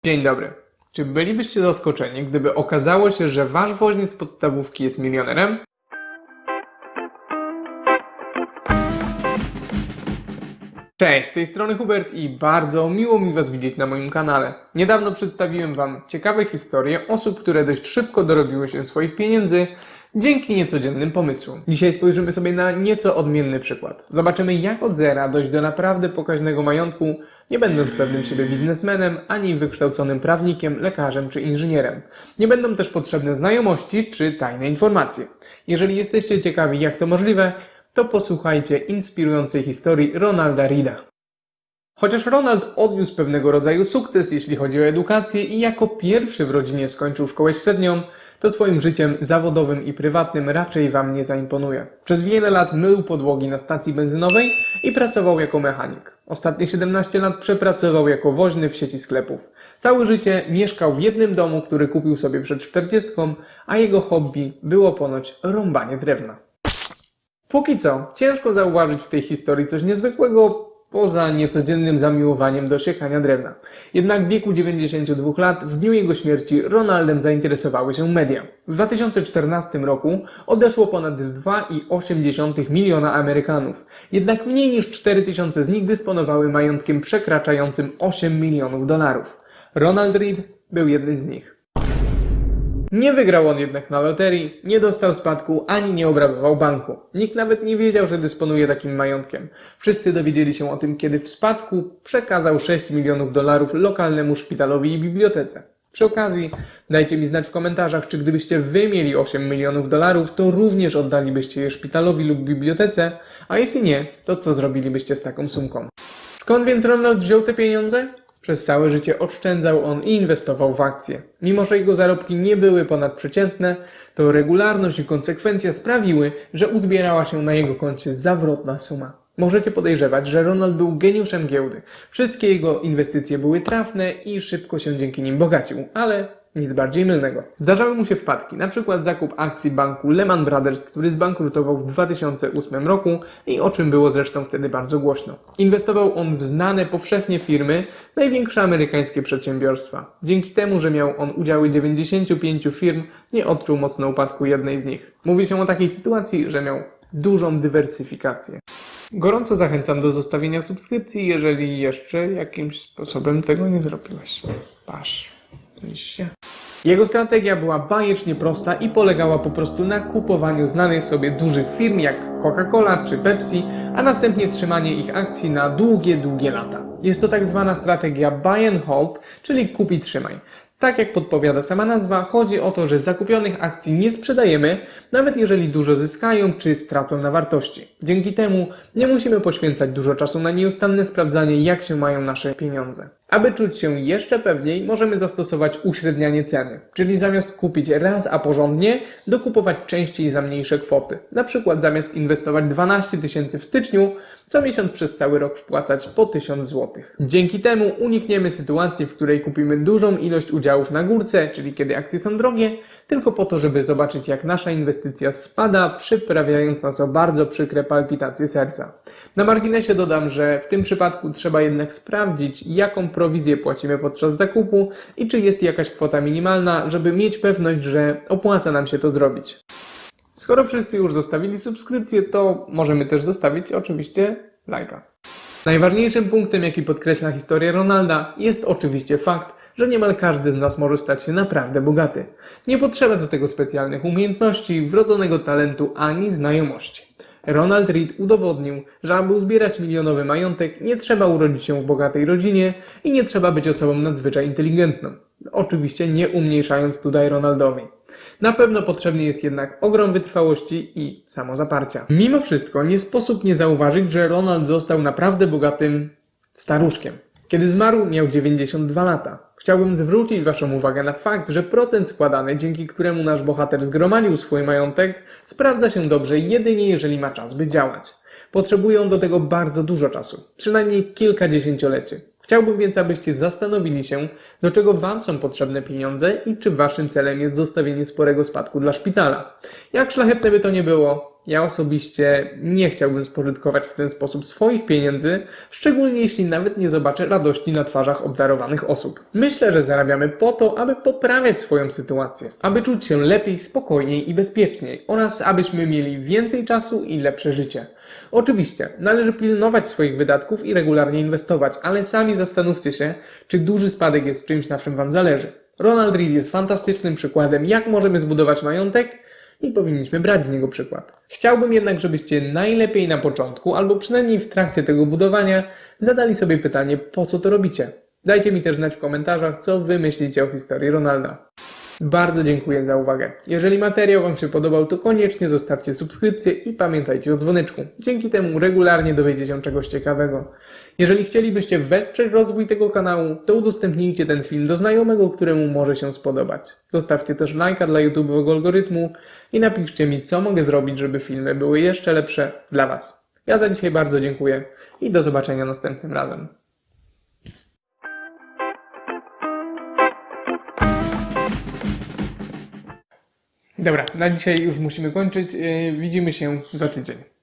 Dzień dobry. Czy bylibyście zaskoczeni, gdyby okazało się, że wasz woźniec z podstawówki jest milionerem? Cześć, z tej strony Hubert i bardzo miło mi was widzieć na moim kanale. Niedawno przedstawiłem wam ciekawe historie osób, które dość szybko dorobiły się swoich pieniędzy dzięki niecodziennym pomysłom. Dzisiaj spojrzymy sobie na nieco odmienny przykład. Zobaczymy, jak od zera dojść do naprawdę pokaźnego majątku, nie będąc pewnym siebie biznesmenem, ani wykształconym prawnikiem, lekarzem czy inżynierem. Nie będą też potrzebne znajomości czy tajne informacje. Jeżeli jesteście ciekawi, jak to możliwe, to posłuchajcie inspirującej historii Ronalda Reeda. Chociaż Ronald odniósł pewnego rodzaju sukces, jeśli chodzi o edukację i jako pierwszy w rodzinie skończył szkołę średnią, to swoim życiem zawodowym i prywatnym raczej wam nie zaimponuje. Przez wiele lat mył podłogi na stacji benzynowej i pracował jako mechanik. Ostatnie 17 lat przepracował jako woźny w sieci sklepów. Całe życie mieszkał w jednym domu, który kupił sobie przed 40, a jego hobby było ponoć rąbanie drewna. Póki co, ciężko zauważyć w tej historii coś niezwykłego poza niecodziennym zamiłowaniem do siekania drewna. Jednak w wieku 92 lat, w dniu jego śmierci, Ronaldem zainteresowały się media. W 2014 roku odeszło ponad 2,8 miliona Amerykanów. Jednak mniej niż 4000 z nich dysponowały majątkiem przekraczającym 8 milionów dolarów. Ronald Reed był jednym z nich. Nie wygrał on jednak na loterii, nie dostał spadku ani nie obrabował banku. Nikt nawet nie wiedział, że dysponuje takim majątkiem. Wszyscy dowiedzieli się o tym, kiedy w spadku przekazał 6 milionów dolarów lokalnemu szpitalowi i bibliotece. Przy okazji, dajcie mi znać w komentarzach, czy gdybyście wy mieli 8 milionów dolarów, to również oddalibyście je szpitalowi lub bibliotece, a jeśli nie, to co zrobilibyście z taką sumką? Skąd więc Ronald wziął te pieniądze? Przez całe życie oszczędzał on i inwestował w akcje. Mimo że jego zarobki nie były ponadprzeciętne, to regularność i konsekwencja sprawiły, że uzbierała się na jego koncie zawrotna suma. Możecie podejrzewać, że Ronald był geniuszem giełdy. Wszystkie jego inwestycje były trafne i szybko się dzięki nim bogacił, ale nic bardziej mylnego. Zdarzały mu się wpadki, np. zakup akcji banku Lehman Brothers, który zbankrutował w 2008 roku i o czym było zresztą wtedy bardzo głośno. Inwestował on w znane powszechnie firmy, największe amerykańskie przedsiębiorstwa. Dzięki temu, że miał on udziały 95 firm, nie odczuł mocno upadku jednej z nich. Mówi się o takiej sytuacji, że miał dużą dywersyfikację. Gorąco zachęcam do zostawienia subskrypcji, jeżeli jeszcze jakimś sposobem tego nie zrobiłeś. Patrz. Jego strategia była bajecznie prosta i polegała po prostu na kupowaniu znanych sobie dużych firm jak Coca-Cola czy Pepsi, a następnie trzymanie ich akcji na długie lata. Jest to tak zwana strategia buy and hold, czyli kup i trzymaj. Tak jak podpowiada sama nazwa, chodzi o to, że zakupionych akcji nie sprzedajemy, nawet jeżeli dużo zyskają czy stracą na wartości. Dzięki temu nie musimy poświęcać dużo czasu na nieustanne sprawdzanie, jak się mają nasze pieniądze. Aby czuć się jeszcze pewniej, możemy zastosować uśrednianie ceny, czyli zamiast kupić raz a porządnie, dokupować częściej za mniejsze kwoty. Na przykład zamiast inwestować 12 tysięcy w styczniu, co miesiąc przez cały rok wpłacać po 1000 zł. Dzięki temu unikniemy sytuacji, w której kupimy dużą ilość udziałów na górce, czyli kiedy akcje są drogie, tylko po to, żeby zobaczyć, jak nasza inwestycja spada, przyprawiając nas o bardzo przykre palpitacje serca. Na marginesie dodam, że w tym przypadku trzeba jednak sprawdzić, jaką prowizję płacimy podczas zakupu i czy jest jakaś kwota minimalna, żeby mieć pewność, że opłaca nam się to zrobić. Skoro wszyscy już zostawili subskrypcję, to możemy też zostawić oczywiście lajka. Najważniejszym punktem, jaki podkreśla historia Ronalda, jest oczywiście fakt, że niemal każdy z nas może stać się naprawdę bogaty. Nie potrzeba do tego specjalnych umiejętności, wrodzonego talentu ani znajomości. Ronald Reed udowodnił, że aby uzbierać milionowy majątek, nie trzeba urodzić się w bogatej rodzinie i nie trzeba być osobą nadzwyczaj inteligentną. Oczywiście nie umniejszając tutaj Ronaldowi. Na pewno potrzebny jest jednak ogrom wytrwałości i samozaparcia. Mimo wszystko nie sposób nie zauważyć, że Ronald został naprawdę bogatym staruszkiem. Kiedy zmarł, miał 92 lata. Chciałbym zwrócić waszą uwagę na fakt, że procent składany, dzięki któremu nasz bohater zgromadził swój majątek, sprawdza się dobrze jedynie jeżeli ma czas, by działać. Potrzebuje on do tego bardzo dużo czasu, przynajmniej kilka dziesięcioleci. Chciałbym więc, abyście zastanowili się, do czego Wam są potrzebne pieniądze i czy Waszym celem jest zostawienie sporego spadku dla szpitala. Jak szlachetne by to nie było, ja osobiście nie chciałbym spożytkować w ten sposób swoich pieniędzy, szczególnie jeśli nawet nie zobaczę radości na twarzach obdarowanych osób. Myślę, że zarabiamy po to, aby poprawiać swoją sytuację, aby czuć się lepiej, spokojniej i bezpieczniej oraz abyśmy mieli więcej czasu i lepsze życie. Oczywiście, należy pilnować swoich wydatków i regularnie inwestować, ale sami zastanówcie się, czy duży spadek jest czymś, na czym Wam zależy. Ronald Read jest fantastycznym przykładem, jak możemy zbudować majątek i powinniśmy brać z niego przykład. Chciałbym jednak, żebyście najlepiej na początku, albo przynajmniej w trakcie tego budowania, zadali sobie pytanie, po co to robicie. Dajcie mi też znać w komentarzach, co Wy myślicie o historii Ronalda. Bardzo dziękuję za uwagę. Jeżeli materiał Wam się podobał, to koniecznie zostawcie subskrypcję i pamiętajcie o dzwoneczku. Dzięki temu regularnie dowiecie się czegoś ciekawego. Jeżeli chcielibyście wesprzeć rozwój tego kanału, to udostępnijcie ten film do znajomego, któremu może się spodobać. Zostawcie też lajka dla YouTube'owego algorytmu i napiszcie mi, co mogę zrobić, żeby filmy były jeszcze lepsze dla Was. Ja za dzisiaj bardzo dziękuję i do zobaczenia następnym razem. Dobra, na dzisiaj już musimy kończyć. Widzimy się za tydzień.